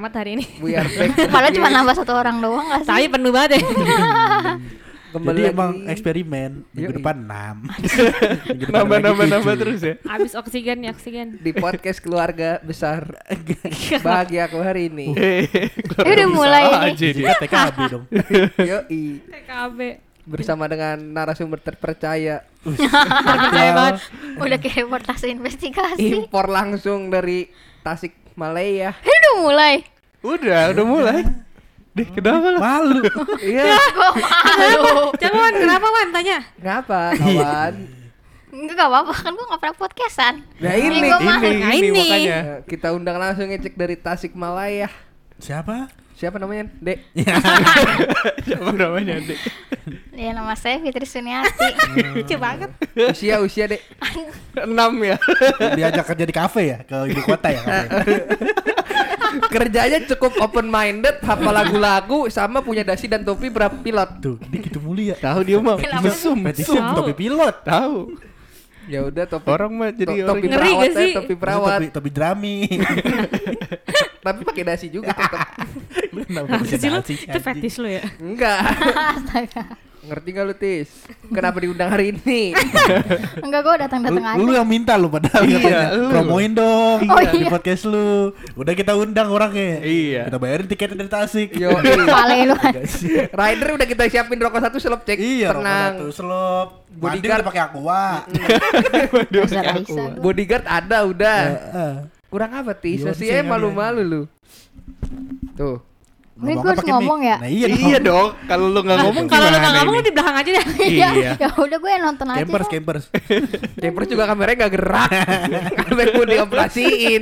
banget hari ini. We are back. Padahal cuma nambah 1 orang doang gak sih? Tapi penuh banget ya. Jadi emang eksperimen minggu depan 6. Nambah terus ya. Habis oksigen nih, oksigen. Di podcast keluarga besar bahagia aku hari ini. Udah mulai nih. Jika TKB dong. Yoi. TKB. Bersama dengan narasumber terpercaya. Percaya banget. Udah kayak reportase investigasi. Impor langsung dari Tasik Malaya. Udah mulai. Udah mulai. Deh, kenapa lah? Malu. Iya. Gua malu. Coba Wan, kenapa Wan? Tanya. Ngapa kawan? Enggak apa-apa kan gue gak pernah podcastan. Nah ini, gua malu. ini. Makanya. Kita undang langsung ngecek dari Tasik Malaya. Siapa namanya, Dek? Siapa namanya, Dek? Ya nama saya Fitri Suniati. Lucu banget. Usia, Dek. 6 ya. Diajak kerja di kafe ya, ke ibu kota ya. Kerjanya cukup open minded, hafal lagu-lagu sama punya dasi dan topi berapa pilot. Tuh, dia gitu mulia. Tahu dia mah mesum. Petition topi pilot. Tahu. Ya udah topi. Orang mah jadi orang topi Ngeri perawat gak sih? topi perawat. Topi drami. Tapi pakai dasi juga tetap. Lu kenapa Apa pakai sih lu? dasi, Itu anjing? fetish lu ya? Enggak. Astaga. Ngerti gak lu, Tis? Kenapa diundang hari ini? Enggak, gue datang-datang aja. Lu yang minta lu padahal Iya, katanya. lu. Promoin dong Oh, di iya. podcast lu. Udah kita undang orangnya. Iya. Kita bayarin tiketnya dari Tasik. Yo, Pale lu. Rider udah kita siapin rokok 1 selop cek. Iya, tenang. rokok 1 selop. Mandi Bodyguard. udah pakai aqua. Dasar Raisa. Bodyguard ada udah. Heeh. Kurang apa, Tis? Iya, Masih sih, malu-malu lu. Tuh. Ini Ngomongnya gue harus pakai ngomong mic. ya? Nah, iya dong. Iya dong. Kalau lu enggak ngomong Kalau lu gimana nggak ngomong ini? lu di belakang aja deh. Iya. Ya udah gue yang nonton aja. dah. Campers. Campers juga kameranya gak gerak. Sampai pun dioperasiin.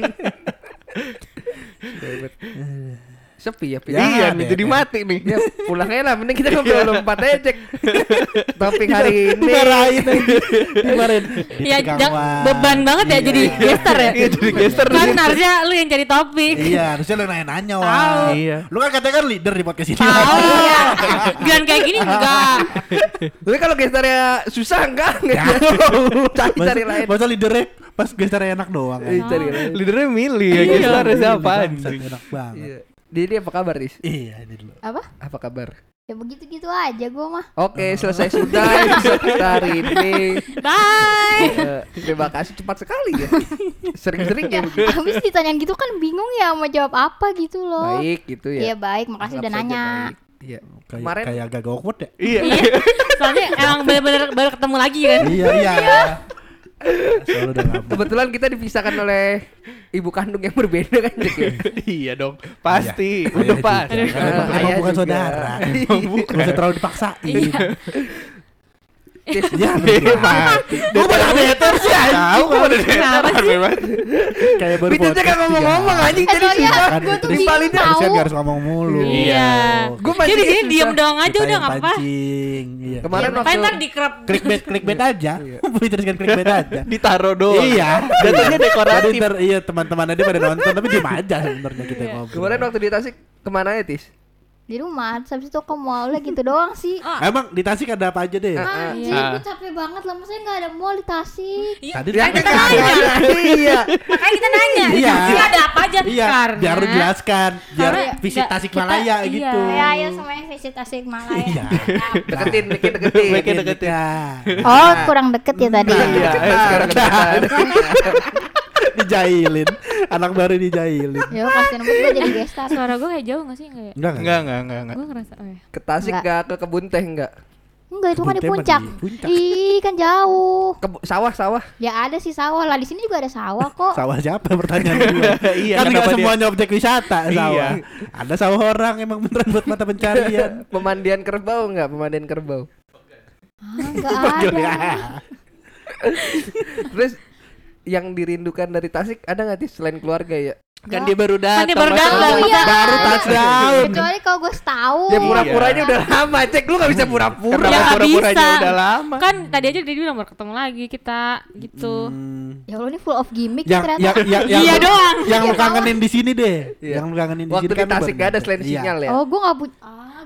Sepi ya, Pi. Ya, Iya deh, nih jadi deh. mati nih. Ya pulang aja lah, mending kita ngobrol lompat aja cek. Topik hari ini. Dimarahin aja. Dimarahin. Ya Dipegang Wan. beban banget ya jadi gester ya. Iya jadi gester Kan nih. harusnya lu yang cari topik. Iya, harusnya lu nanya-nanya Wan. Tahu. Iya. Lu kan katanya kan leader di podcast ini. Tahu. Biar kayak gini enggak. Tapi kalau gesternya susah enggak? Cari lain. Masa leadernya pas gesternya enak doang kan? Cari lain. Leadernya milih ya Iya. gestar siapa Bangsat, anjing. enak banget. Iya. Jadi apa kabar, Riz? Iya, ini dulu. Apa? Apa kabar? Ya begitu-gitu aja gue mah. Oke, selesai sudah episode kita hari ini. Bye. Terima kasih, cepat sekali ya. Sering-sering Ya, ya begitu. habis ditanyain gitu kan bingung ya mau jawab apa gitu loh. Baik gitu ya. Iya baik, makasih Anggap udah saja nanya. baik. Iya. Kayak Kemarin kayak agak awkward ya? Iya. Soalnya emang bener-bener baru ketemu lagi kan. Iya. Selalu udah lama. kebetulan kita dipisahkan oleh ibu kandung yang berbeda kan, Cek, ya? Iya dong. Pasti. Iya. Udah Ayah pas. juga. Karena emang Ayah bukan juga. saudara. Iya. Gak usah terlalu dipaksain. Tis, Ya, Mati. gue pada haters ya. Tahu kan ada Kenapa sih? Kayak baru Itu kan ngomong-ngomong anjing jadi soalnya susah. gue tuh Terus bingung harusnya tahu. gak harus ngomong mulu. Iya. Gua masih Jadi di sini susah. diem doang aja Kita udah yang enggak apa-apa. pancing. Iya. Kemarin Paling waktu ntar di crop. Clickbait aja. Dituliskan clickbait aja. Ditaruh doang. Iya. Jatuhnya Jadi dekoratif. ntar iya teman-teman dia pada nonton tapi diem aja sebenarnya kita Iya. ngobrol. kemarin waktu di Tasik kemana ya, Tis? Di rumah, terus habis itu ke mall lah gitu doang sih. Emang di Tasik ada apa aja deh? Anjir, Ah. gue capek banget lah, maksudnya gak ada mall di Tasik. Iya, Tadi kan kita kan nanya. Iya. Makanya kita nanya. Iya. Ini ada apa aja? Iya, Karena biar lu jelaskan, biar Karena visit nggak- Tasikmalaya kita- gitu. iya. Ya ayo semuanya visit Tasikmalaya. Iya. Deketin, deketin. Baiknya deketin. Oh kurang deket ya tadi. Iya, Sekarang deketan. Dijailin, anak baru dijailin. Ya kasihan banget gue jadi gestar. suara gue kayak jauh gak sih? Enggak ya? Enggak. Gue ngerasa oh ya. Ke Tasik Enggak. gak ke kebun teh enggak? Enggak itu kan di Kebun teh mah puncak. di puncak. Ih kan jauh. Sawah. Ya ada sih sawah lah, di sini juga ada sawah kok. Sawah siapa pertanyaan gua? Iya, Kan kenapa nggak dia- semuanya objek wisata sawah. Iya. Ada sawah orang emang beneran buat mata pencarian. Pemandian kerbau enggak? Pemandian kerbau. Enggak ada. Terus yang dirindukan dari Tasik ada nggak, Tis, selain keluarga ya? Kan dia baru datang. Kan dia baru masa- datang. Oh iya. Baru touchdown. Kecuali kalau gue setahun. Ya pura-puranya udah lama, Cek. Lu gak bisa pura-pura. Kenapa Ya, nggak pura-puranya bisa. udah lama? Kan tadi aja dia bilang baru ketemu lagi kita gitu. Ya Allah ini full of gimmick Yang ternyata. Iya doang. Yang lu Iya, kangenin di sini deh. Iya. Yang lu kangenin di Waktu sini di kan lu Tasik baru gak ada datang. selain Iya. sinyal ya? Oh gue gak punya.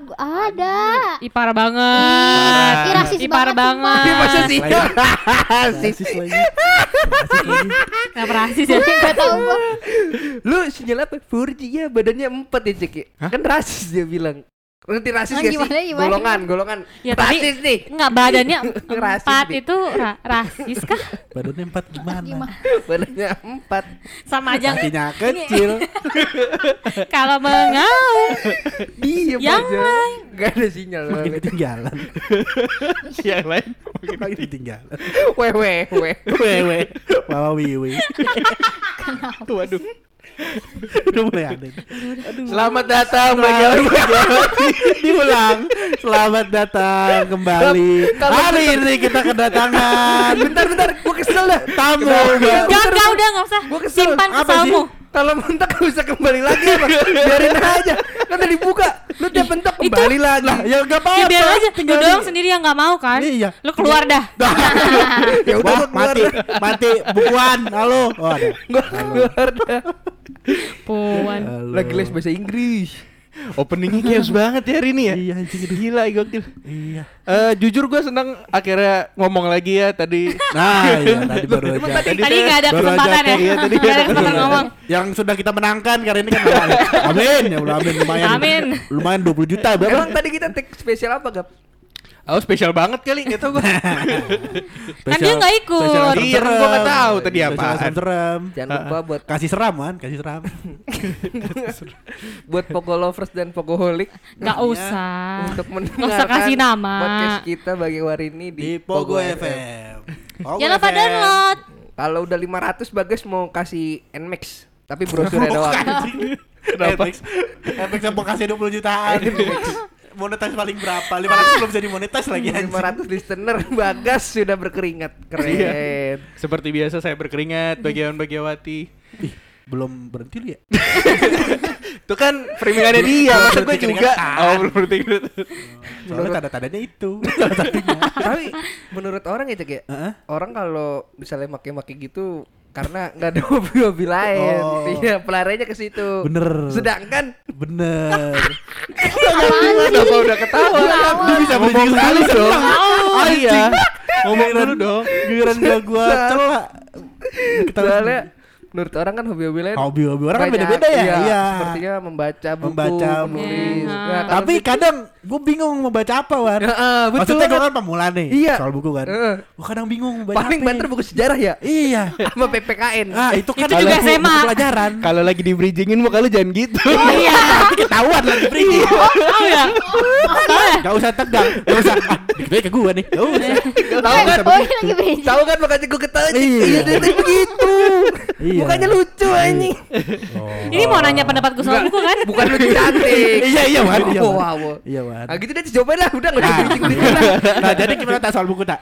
Ada. Ih, parah banget. Ih, rasis Ih, parah banget, banget. Ini masa sih? Rasis lagi. Rasis lagi. Kenapa rasis ya? Gak tau gua. Lu sinyal apa? Furji ya badannya 4 ya Cek ya? Kan rasis dia bilang. Ngerti rasis Ah, gak sih? gimana? Golongan. Ya, tapi rasis nih. enggak badannya Rasis 4 nih. itu rasis kah? Badannya 4 gimana? Badannya 4. Sama aja Kakinya kecil. kalau mengaum. Diem Yang aja. Gak ada sinyal. Makin ketinggalan. Yang lain. Makin ketinggalan. Wewe. Wewe. Wawa wiwi. Waduh. Udah mulai ada. Selamat datang bagi Diulang. Selamat datang kembali. Hari ini kita kedatangan Bentar, gua kesel dah. tamu. Enggak, udah enggak usah. Gua kesel. Simpan Apa kesalmu. Kalau mentok gak bisa kembali lagi apa? Biarin aja. Kan udah dibuka. Lu tiap bentok kembali lagi. Lah, ya enggak Ya apa-apa. biar aja. Lu Tinggal doang sendiri yang enggak mau kan? Iya. Lu keluar dah. Ya udah Wah, gua keluar. mati bukuan. Halo. Oh, ada. Gua keluar dah. Puan. Lagi les bahasa Inggris. Openingnya chaos banget ya hari ini ya. Iya, anjing itu. Gila, gokil. Iya. Jujur gue seneng akhirnya ngomong lagi ya tadi. Nah, iya tadi baru Emang aja. Tadi saya enggak ada baru kesempatan aja ya. iya, tadi Nggak ada nggak ada kesempatan ngomong. Yang sudah kita menangkan karena ini kan amin ya Allah, amin lumayan. Amin. Lumayan 20 juta berapa? Emang tadi kita take spesial apa, Gap? Oh, spesial banget kali, nggak tau gue. Kan dia nggak ikut. Iya, kan gua nggak tahu tadi apaan. Serem. Jangan lupa buat Kasih seram kan, kasih seram. buat Pogo lovers dan Pogoholic Enggak usah. untuk Nggak usah mendengarkan kasih nama. podcast kita bagi Warini Di Pogo FM. Pogo Jangan lupa FM. download. Kalau udah 500 Bagas mau kasih Nmax, tapi brosurnya doang. Kenapa? Efek mau kasih 20 jutaan. Monetis paling berapa? 500 belum bisa dimonetize lagi anjing. 500 listener Bagas sudah berkeringat. Keren. Seperti biasa saya berkeringat bagian-bagiawati. Ih, belum berhenti lu ya? Itu kan framingannya dia, masa gue juga. Oh, belum berhenti. Soalnya tanda-tandanya itu. Salah satunya. Tapi menurut orang itu kayak Heeh. orang kalau misalnya make-make gitu karena nggak ada hobi-hobi lain, Oh. iya pelariannya ke situ. Bener. Sedangkan Bener. Kenapa udah ketawa? Lu bisa Ngomong berdiri dulu sekali dong. Oh Iya. Ngomong dulu dong. Giliran gua celak. soalnya menurut orang kan hobi-hobi lain Hobi-hobi orang kan banyak, beda-beda ya. Iya. Sepertinya membaca buku, Membaca, menulis. Iya. Nah, kalau Tapi kadang gue bingung mau baca apa, Wan. Heeh, betul. Maksudnya gue kan pemula nih Iya. soal buku kan. Heeh. Gue kadang bingung mau baca paling apa. banter buku sejarah ya Iya. sama PPKN. Ah, itu kan Itu juga buku- SMA. buku pelajaran. Kalau lagi di bridgingin muka lu jangan gitu. Iya. Nanti ketahuan lagi beri. Tahu ya? Tahu ya? Gak usah tegang. Gak usah. Dikit aja ke gue nih. Gak usah. Tahu kan? Oh, ini lagi bridging. Tahu kan makanya gue ketawa. Iya. Iya, dia tuh begitu. Iya. Mukanya lucu anjing. Ini mau nanya pendapatku soal buku kan? Bukan lucu cantik. Iya, iya, Wan. Iya, Wan. Wow. Iya, Wan. Ah gitu deh jawaban lah, udah enggak usah bridging lah. Nah, jadi gimana tak soal buku tak?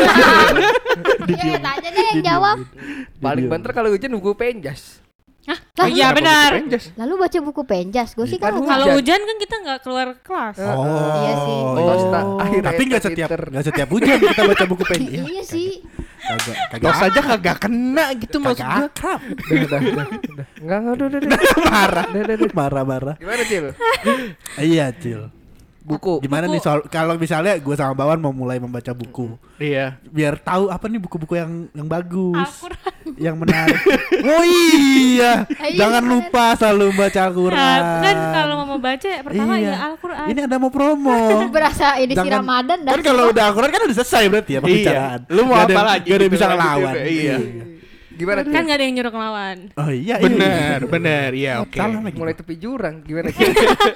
Ya, tanya deh yang jawab. Paling banter kalau hujan buku penjas. Oh iya benar. Lalu baca buku penjas. Gue sih Kan kalau Kalau Hujan. hujan kan kita nggak keluar kelas. Oh. Iya sih. Oh. Akhirnya Tapi nggak setiap Twitter. nggak setiap hujan kita baca buku pen. Iya sih. Kagak Tos aja kagak kena gitu maksud kagak gua. akrab. Udah. Enggak, udah. Marah. Marah-marah. Gimana, Cil? Iya, Cil. Buku. Gimana nih soal kalau misalnya gue sama Bawan mau mulai membaca buku, Iya. biar tahu apa nih buku-buku yang bagus, Al-Quran. yang menarik. Oh iya, Iya, jangan bener. lupa selalu baca Al-Quran. Nah, kan kalau mau baca pertama Iya. ya Al-Quran. Ini ada mau promo. Berasa edisi Jangan- Ramadan dan Kan kalau udah Al-Quran kan udah selesai berarti ya pembicaraan. Lu mau Nggak ada- apa lagi nggak ada yang gitu bisa lanjutin, ngelawan. iya. Gimana, Cil? Kan nggak ada yang nyuruh ngelawan. Oh iya, Bener, iya oke. Salah lagi. Mulai tepi jurang. Gimana, Cil?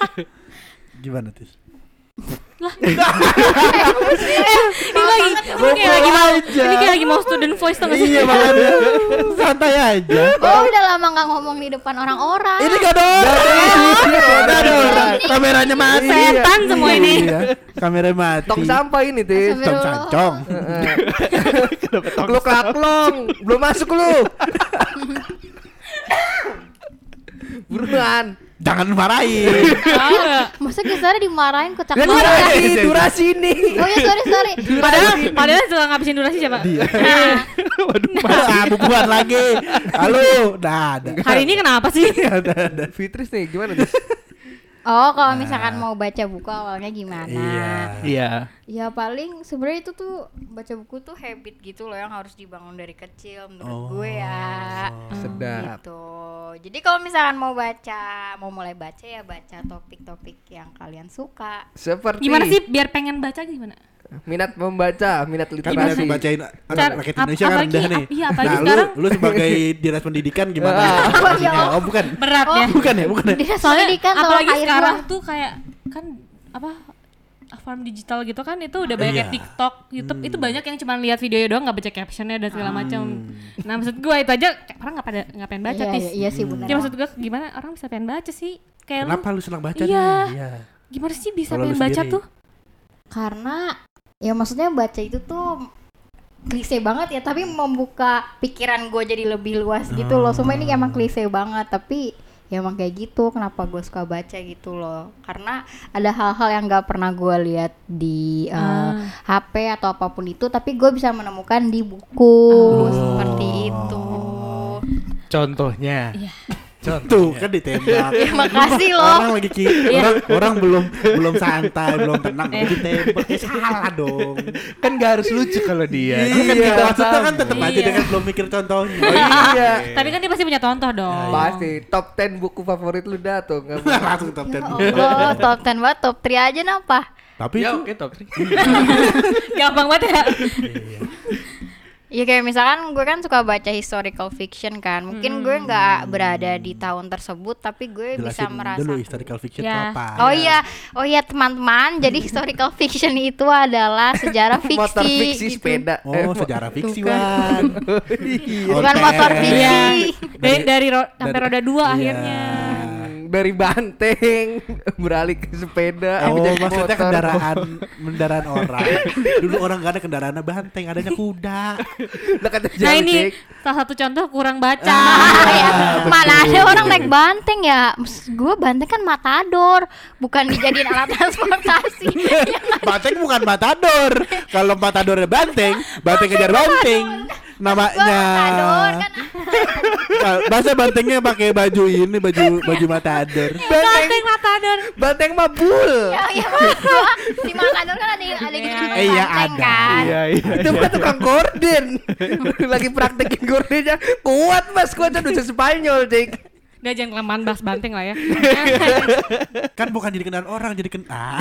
Gimana tuh? Ini kayak lagi mau student voice tuh nggak sih? Iya makanya santai aja. Oh, udah lama nggak ngomong di depan orang-orang. Ini gak ada orang. Kameranya mati. Setan semua ini. Iya, kamera mati. Tong sampah ini, Tis. Tong sancong. Lu klaklong, belum masuk lu. Buruan. Jangan marahin. Masa kesannya dimarahin kocak Kan banget. durasi ini. Oh ya, sorry. Padahal suka ngabisin durasi siapa? Waduh, Masa bubuan lagi. Halo. Nah, ada. Hari ini kenapa sih? Fitris nih, gimana, Tis? Oh, kalau misalkan mau baca buku awalnya gimana? Iya. Ya paling sebenarnya itu tuh baca buku tuh habit gitu loh yang harus dibangun dari kecil menurut gue ya. Sedap. Gitu. Jadi kalau misalkan mau mulai baca ya baca topik-topik yang kalian suka. Seperti Gimana sih biar pengen baca gimana? minat membaca, minat Kan literasi. bisa bacain Cara- rakyat Indonesia kan apalagi- rendah nih. iya, apalagi Nah, sekarang- lu sebagai dinas pendidikan gimana? Oh, iya. Oh, bukan. Berat ya. Bukan ya, bukan ya. Dinas Soalnya pendidikan tolong apalagi air sekarang gua. tuh kayak kan apa farm digital gitu kan itu udah banyak kayak Iya. TikTok, YouTube itu banyak yang cuma lihat videonya doang nggak baca captionnya dan segala macam. Nah maksud gue itu aja kayak orang nggak pengen baca Iya, tis. iya sih benar. Ya maksud gue gimana orang bisa pengen baca sih? Kayak Kenapa lu senang baca Iya. nih? Iya. gimana sih bisa Kalau lu pengen baca sendiri? tuh? Karena ya maksudnya baca itu tuh klise banget ya, tapi membuka pikiran gue jadi lebih luas gitu loh. Semua ini emang klise banget, tapi ya emang kayak gitu. Kenapa gue suka baca gitu loh? Karena ada hal-hal yang nggak pernah gue lihat di HP atau apapun itu, tapi gue bisa menemukan di buku seperti itu. Contohnya. Iya. Tuh kan ditembak. Ya, makasih loh. Orang lagi orang belum santai, belum tenang ditembak. Ya salah dong. Kan gak harus lucu kalau dia. Dia kan Iya, kita maksudnya kan tahu. tetap aja Iya. dia kan belum mikir contohnya. Iya. Tapi kan dia pasti punya contoh dong. Pasti top 10 buku favorit lu dah tuh. Nggak mau. Langsung top 10. Allah, top 10 banget, top 3 aja napa? Tapi Ya itu oke top 3. Gampang banget ya. Iya kayak misalkan gue kan suka baca historical fiction kan. Mungkin gue nggak berada di tahun tersebut, tapi gue bisa jelasin merasa. dulu historical fiction itu Ya. apa. Oh iya teman-teman. Jadi historical fiction itu adalah sejarah fiksi. Motor fiksi gitu. sepeda. Oh, sejarah fiksi Wan. Bukan motor fiksi. Dari sampai roda 2 akhirnya. Dari banteng beralih ke sepeda. Oh, jadi maksudnya motor. kendaraan orang. Dulu orang gak ada kendaraannya banteng, adanya kuda. Lah kata Nah jauh, ini Dik. salah satu contoh kurang baca. Ya, mana ada orang naik banteng ya? Maksud gue banteng kan matador, bukan dijadiin alat transportasi. Banteng bukan matador. Kalau matadornya banteng kejar banteng. Namanya. Matador kan. Masa bantengnya pakai baju ini, baju matador. Banteng matador. Banteng mabul. Ya maksud gua, di matador kan ada yang gitu Iya, banteng ada. kan. Iya. Itu mah tukang gorden. Lagi praktekin gordennya. Kuat mas, kuat bisa Spanyol, Dik. Udah jangan kelamaan bahas banteng lah ya. Kan bukan jadi kendaraan orang, jadi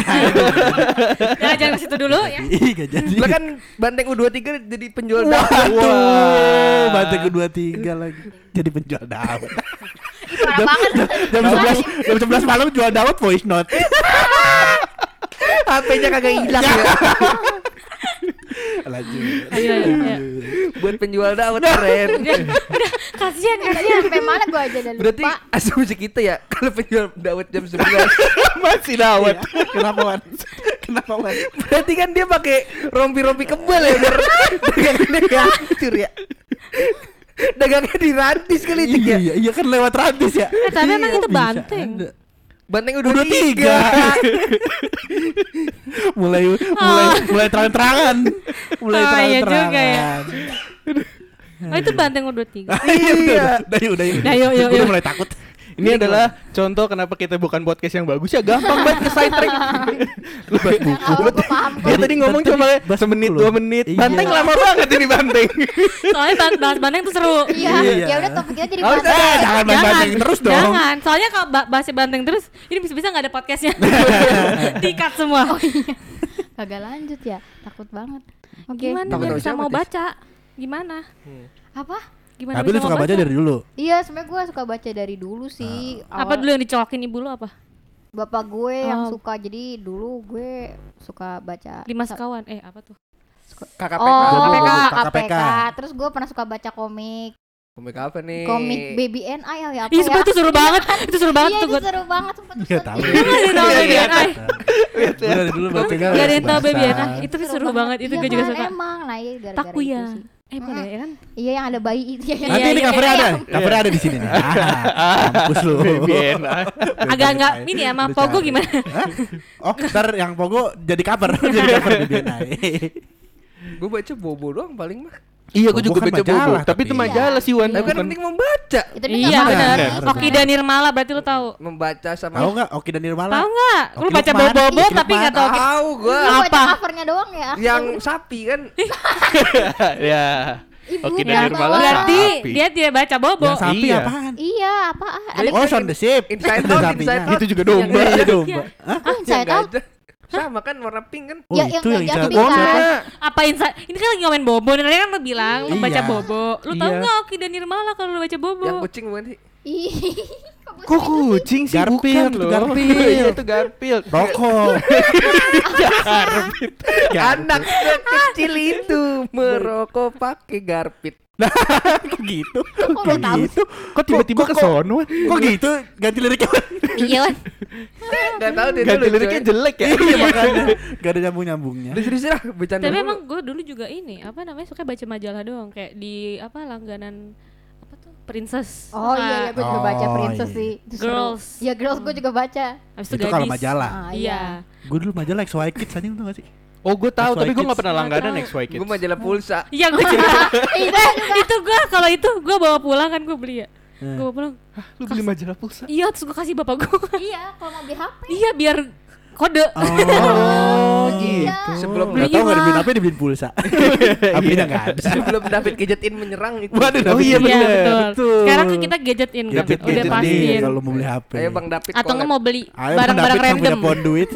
Ya jangan ke situ dulu ya. Ih, gak jadi. Lah kan banteng U23 jadi penjual daun. Waduh, banteng kedua tiga lagi. Jadi penjual dawet. Ih, parah banget. Jam 11 malam jual dawet voice note. HP-nya kagak hilang ya. Lanjut. Ayo. Buat penjual daun keren. Udah kasihan Tadi sampai mana gua aja udah lupa. Berarti asumsi kita ya kalau penjual dawet jam 11 Masih dawet. Kenapa Wan? Kenapa Wan? berarti kan dia pakai rompi-rompi kebal ya biar dagangannya gak hancur ya. Dagangnya dirantis kali Dik ya. Iya kan lewat rantis ya. tapi emang itu Bisa banteng. ada. Banteng Udah U23. tiga. mulai terang-terangan. Mulai Oh, iya juga terang-terangan. Oh itu banteng U23. Iya. Udah yuk. Nah, yuk. Gua udah mulai takut. Ini adalah contoh kenapa kita bukan podcast yang bagus ya, gampang banget ke side track. Lu bahas buku. Oh, gua paham. Dia tadi ngomong Tadi cuma bahas semenit buku 2 menit. Iya. Banteng lama banget ini banteng. Soalnya bahas banteng tuh seru. Iya, Iya. ya udah topik kita jadi Oh, banteng. Jangan main banteng terus dong. Jangan. Soalnya kalau bahas banteng terus, ini bisa-bisa nggak ada podcastnya. Di-cut semua. Kagak lanjut ya, takut banget. Oke. Gimana Takut biar sama bisa siapa, mau Tis? baca? Gimana? Apa? Gimana Tapi lu bisa suka mau baca dari dulu. Iya, sebenarnya gue suka baca dari dulu sih. Apa dulu yang dicolokin ibu lu apa? Bapak gue yang Oh. suka, jadi dulu gue suka baca 5 sekawan. Apa tuh? KKPK. Oh, KKPK. KKPK. Terus gue pernah suka baca komik Komik apa nih? komik Baby NI ya apa Ih, ya? sebenernya itu seru banget. Itu seru banget Iya, tuh itu gue. seru banget sumpah tuh. Nggak tahu. Gue nggak tahu Baby NI. Gue dari dulu bacanya Gak ada yang tahu Baby bahasa. NI. Itu seru banget. Itu Iya gue juga kan, suka. Emang, nah iya gara-gara Takuya. itu sih. Bukan ya kan? Iya yang ada bayi itu ya. Nanti ini Iya, covernya iya, ada. Covernya ada di sini nih. Mampus lu. BBNA. Agak nggak ini ya, sama Udah Pogo cari. gimana? Hah? Oh, ntar yang Pogo jadi cover. Jadi cover di BNI. Gue baca Bobo doang paling mah. Iya, gue Bobo juga kan baca majalah, Bobo. Tapi itu tapi- majalah sih, Wan. Iya. Tapi kan Bukan. penting membaca. Itu dia Iya nggak benar. benar. Oki dan Nirmala berarti lu tahu. Membaca sama Tahu nggak Oki dan Nirmala? Tahu nggak? Lu Oki baca Lukman. Bobo Oki tapi nggak tahu. Oki- tahu gua. Lu baca Apa? covernya doang ya. Yang sapi kan. Ya. Ibu Oki nggak dan Nirmala. tahu. Berarti Sapi. dia tidak baca Bobo. Yang sapi Iya. apaan? Iya, apaan? Ada Oh, Shaun the Sheep. Inside Ada Out, sapinya. Inside Out. Itu juga domba. Iya, domba. Hah? ah, saya Yang tahu. gajah. Sama kan warna pink kan. Oh, Ya, itu yang yang gajah Inside pink Out. kan. Sama. Apa insight? Ini kan lagi ngomongin Bobo. Dan tadi kan lu bilang lu baca Iya. Bobo. Lu tahu Iya. nggak Oki dan Nirmala kalau lu baca Bobo? Yang kucing bukan sih? Ih. Kok kucing sih? Garfield, Bukan itu loh. Garfield. Iya, itu Garfield. Rokok. Anak kecil itu merokok pakai garpit. Kok gitu? Kok lu tahu? gitu? Kok tiba-tiba ke sono? Wan? Kok gitu? Ganti liriknya. Iya, Wan. Gak tahu dia Ganti dulu, liriknya coy. jelek ya. Iya makanya. Gak ada nyambung-nyambungnya. Udah serius lah bercanda. Tapi dulu. emang gue dulu juga ini apa namanya suka baca majalah doang kayak di apa langganan apa tuh Princess. Oh iya, gue juga baca Oh, Princess iya. sih. Itu seru. Girls. Iya, Girls gue juga baca. Habis itu Itu kalau gadis. majalah. Ah, Iya. Gue dulu majalah XY Kids aja tuh gak sih? Oh, gue tahu, XY tapi gue Kids. nggak pernah langganan Nggak XY Kids. Gue majalah pulsa. Iya gue juga. Iya. Itu gue kalau itu gue bawa pulang kan gue beli ya. Gue bawa pulang. Lu beli majalah pulsa? Iya terus gue kasih bapak gue. Iya, kalau mau beli HP. Iya biar kode. Oh, gitu. Sebelum Gak tau gak dibeliin apa, dibeliin pulsa. HP-nya gak ada. sebelum David Gadget In menyerang itu. Waduh, Oh iya, Iya bener. betul. Betul. Sekarang kan kita gadgetin kan. Gadget, Udah gadget pastiin. nih kalau mau beli HP. Ayo Bang David. Atau nggak mau beli Ayo barang-barang David yang punya random. conduit.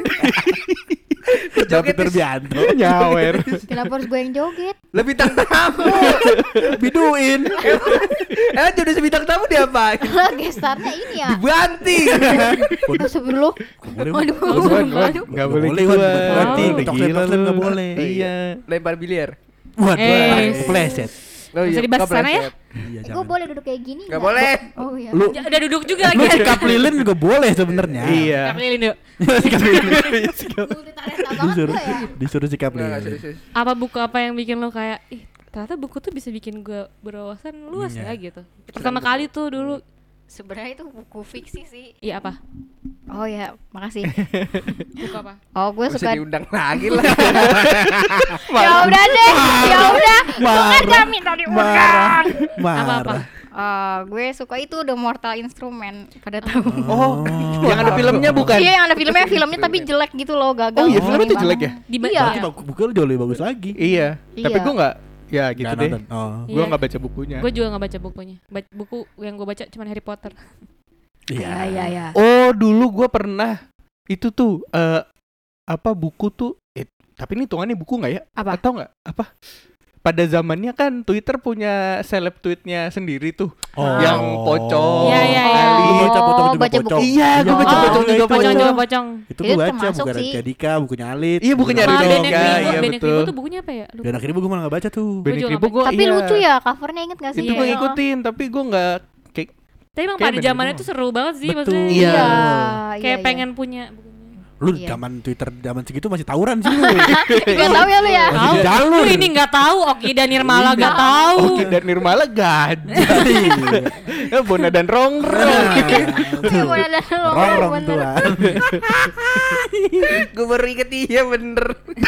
David Terbianto. Nyawer. Kenapa harus gue yang joget? Lebih bintang tamu. Biduin. Jadi sebintang tamu diapain? Lah, gestarnya ini ya. Dibanting. Astagfirullah. Boleh, Waduh. Nggak boleh boleh, gitu. Wan. Wan. Berarti Udah TikTok gila Snapchat lu. nggak boleh. Iya. Lempar biliar. Waduh, pleset. Oh Bisa dibahas sana ya? Iya, Gue jangan. boleh duduk kayak gini? Gak boleh. Oh iya. Lu Udah duduk juga lu lagi. sikap lilin juga boleh sebenarnya. Iya. Sikap lilin yuk. Sikap lilin. Multitalenta banget Disuruh gue ya. disuruh sikap Enggak lilin. serius. Apa buku apa yang bikin lo kayak ih ternyata buku tuh bisa bikin gue berwawasan luas Iya. ya gitu. Pertama kali tuh dulu. Sebenarnya itu buku fiksi sih. Iya apa? Oh ya, makasih. Buku apa? Oh, gue Bisa suka. diundang lagi lah. Ya udah deh. Ya udah. Bukan kami tadi Marah. Apa-apa? Marah. Gue suka itu The Mortal Instrument pada tahu. Oh, yang ada filmnya bukan? Iya, yang ada filmnya tapi jelek gitu loh, gagal. Oh iya, filmnya tuh Gimana? jelek ya? Iya. Berarti buku lu jauh lebih bagus lagi. Iya. Tapi Iya. gue nggak. Ya gitu Nggak deh. nonton. Oh. Gue Iya. nggak baca bukunya. Gue juga nggak baca bukunya. Buku yang gue baca cuma Harry Potter. Iya. Oh dulu gue pernah itu tuh apa buku tuh tapi ini hitungannya buku nggak ya? Apa? Atau nggak apa? Pada zamannya kan Twitter punya seleb tweetnya sendiri tuh, Oh. yang pocong. Iya, iya, iya. Ali. Lu baca pocong juga baca buku. pocong. Iya, gue baca Oh, pocong juga itu. Pocong juga pocong. pocong. Itu Itu gue baca termasuk bukan sih. Jadika, bukunya Alit. Iya, bukunya Sama Alit. Benek Iya, Ribu, iya, Benek betul. Ribu tuh bukunya apa ya? Lupa. Dan akhirnya gue malah gak baca tuh. Benek juga Ribu gue Tapi lucu ya, covernya inget gak sih? Itu gue Iya. ngikutin, tapi gue nggak kayak Tapi emang Kayak pada Benek zamannya Ribu. tuh seru banget sih Betul. maksudnya. Iya. Iya. Kayak iya. pengen punya bukunya. Lu Iya. zaman Twitter zaman segitu masih tawuran sih lu. Gak tahu ya lu ya. Masih Tahu? di jalur. Lu ini nggak tahu Oki dan Nirmala nggak tahu. Oki dan Nirmala gajah. Bona dan Rongrong. Iya, boleh ada Rong bener. tuan. Gue baru inget iya bener.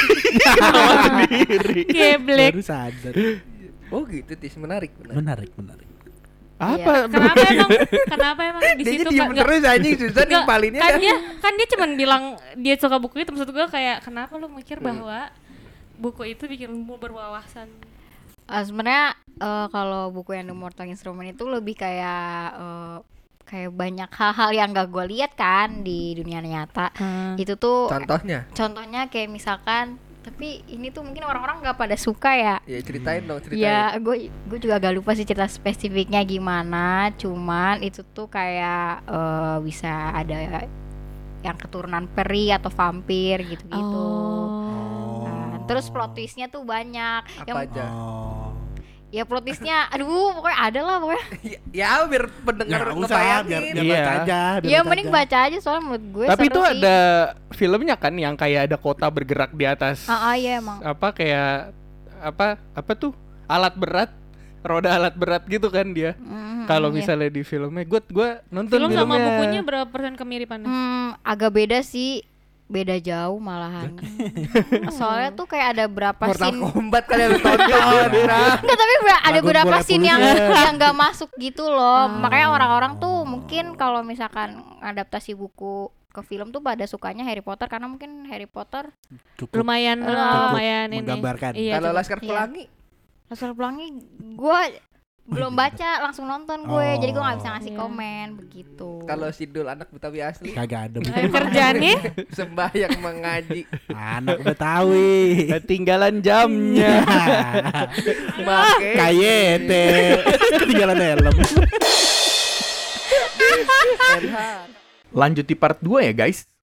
Geblek. Baru sadar. Oh gitu Tis, menarik. Menarik. Apa? Kenapa emang di Dia situ diem terus anjing susah nggak- nimpalinnya. kan dia cuman bilang dia suka buku itu, maksud gue kayak kenapa lu mikir bahwa buku itu bikin lu berwawasan. Sebenarnya kalau buku yang The Mortal Instrument itu lebih kayak kayak banyak hal-hal yang gak gue lihat kan di dunia nyata. Itu tuh Contohnya kayak misalkan, tapi ini tuh mungkin orang-orang gak pada suka ya. ya ceritain dong, ceritain. Ya gue juga agak lupa sih cerita spesifiknya gimana. Cuman itu tuh kayak bisa ada yang keturunan peri atau vampir gitu-gitu. Nah, terus plot twistnya tuh banyak. Apa aja? Oh. Ya plot twistnya, aduh pokoknya ada lah pokoknya. Ya biar Ya pendengar nggak usah, biar Iya. baca aja. biar Ya baca mending aja. baca aja soalnya menurut gue Tapi seru itu sih. ada filmnya kan yang kayak ada kota bergerak di atas. Iya emang. Apa kayak apa tuh? Alat berat, roda alat berat gitu kan dia. Kalau Iya. misalnya di filmnya, gue nonton Film filmnya. sama bukunya berapa persen kemiripannya? Agak beda sih. Beda jauh malahan. Soalnya tuh kayak ada berapa Mortal scene. Kombat kalian lu tonton. Nah. Enggak, tapi ada Dragon beberapa Ball scene yang Evolution. nggak masuk gitu loh. Makanya orang-orang tuh mungkin kalau misalkan adaptasi buku ke film tuh pada sukanya Harry Potter karena mungkin Harry Potter Cukup lumayan Cukup lumayan ini. menggambarkan. Iya, Kalau cukup. Laskar Iya. Pelangi Laskar Pelangi gue belum baca, langsung nonton gue. Oh. Jadi gue nggak bisa ngasih Iya. komen begitu. kalau Sidul anak Betawi asli Kagak ada. Ayo kerjaan nih. sembahyang mengaji Anak Betawi. Ketinggalan jamnya. make Kayete. Ketinggalan helm. NH. Lanjut di part 2 ya guys.